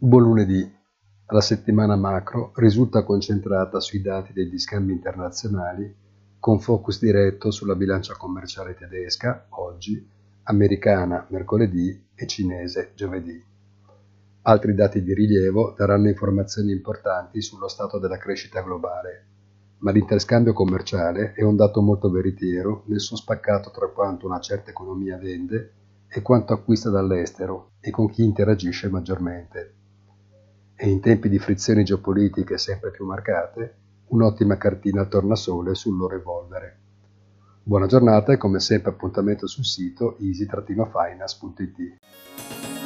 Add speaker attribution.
Speaker 1: Buon lunedì. La settimana macro risulta concentrata sui dati degli scambi internazionali, con focus diretto sulla bilancia commerciale tedesca, oggi, americana, mercoledì e cinese, giovedì. Altri dati di rilievo daranno informazioni importanti sullo stato della crescita globale, ma l'interscambio commerciale è un dato molto veritiero nel suo spaccato tra quanto una certa economia vende e quanto acquista dall'estero e con chi interagisce maggiormente. E in tempi di frizioni geopolitiche sempre più marcate, un'ottima cartina al tornasole sul loro evolvere. Buona giornata e come sempre appuntamento sul sito easy-finance.it.